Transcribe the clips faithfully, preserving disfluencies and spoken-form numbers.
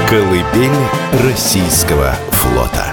Колыбель российского флота.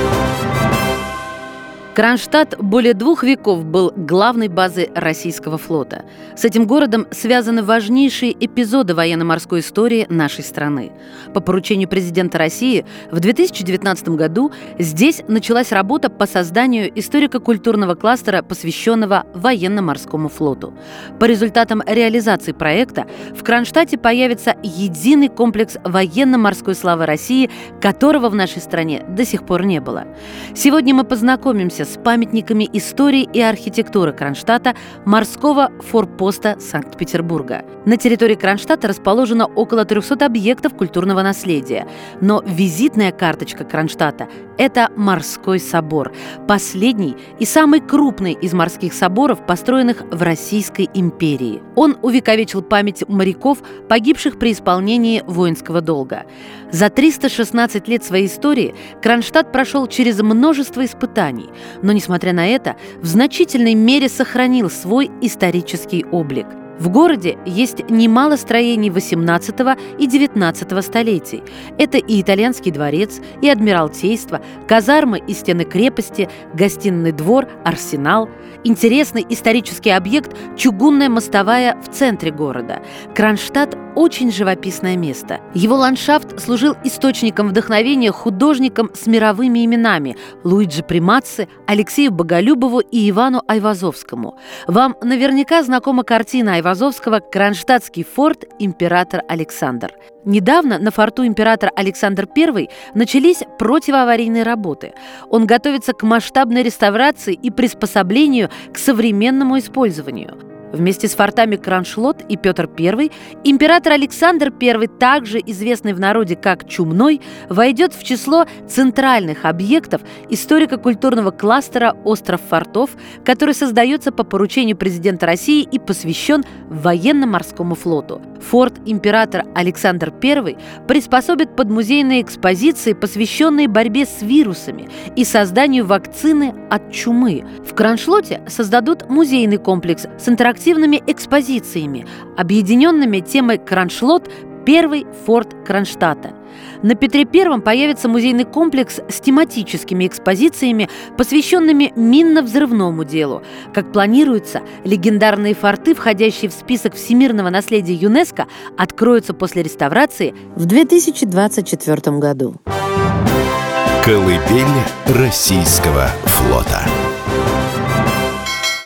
Кронштадт более двух веков был главной базой российского флота. С этим городом связаны важнейшие эпизоды военно-морской истории нашей страны. По поручению президента России в две тысячи девятнадцатом году здесь началась работа по созданию историко-культурного кластера, посвященного военно-морскому флоту. По результатам реализации проекта в Кронштадте появится единый комплекс военно-морской славы России, которого в нашей стране до сих пор не было. Сегодня мы познакомимся с памятниками истории и архитектуры Кронштадта, морского форпоста Санкт-Петербурга. На территории Кронштадта расположено около трехсот объектов культурного наследия. Но визитная карточка Кронштадта – это морской собор, последний и самый крупный из морских соборов, построенных в Российской империи. Он увековечил память моряков, погибших при исполнении воинского долга. За триста шестнадцать лет своей истории Кронштадт прошел через множество испытаний, но, несмотря на это, в значительной мере сохранил свой исторический облик. В городе есть немало строений восемнадцатого и девятнадцатого столетий. Это и итальянский дворец, и адмиралтейство, казармы и стены крепости, гостиный двор, арсенал. Интересный исторический объект – чугунная мостовая в центре города. Кронштадт – очень живописное место. Его ландшафт служил источником вдохновения художникам с мировыми именами – Луиджи Примацци, Алексею Боголюбову и Ивану Айвазовскому. Вам наверняка знакома картина Айвазовского «Кронштадтский форт. Император Александр». Недавно на форту император Александр Первый начались противоаварийные работы. Он готовится к масштабной реставрации и приспособлению к современному использованию. Вместе с фортами Кроншлот и Петр Первый император Александр Первый, также известный в народе как Чумной, войдет в число центральных объектов историко-культурного кластера «Остров фортов», который создается по поручению президента России и посвящен военно-морскому флоту. Форт император Александр Первый приспособит под музейные экспозиции, посвященные борьбе с вирусами и созданию вакцины от чумы. В Кроншлоте создадут музейный комплекс с интерактивными экспозициями, объединенными темой «Кроншлот. Первый форт Кронштадта». На Петре Первом появится музейный комплекс с тематическими экспозициями, посвященными минно-взрывному делу. Как планируется, легендарные форты, входящие в список всемирного наследия ЮНЕСКО, откроются после реставрации в две тысячи двадцать четвёртом году. Колыбель российского флота.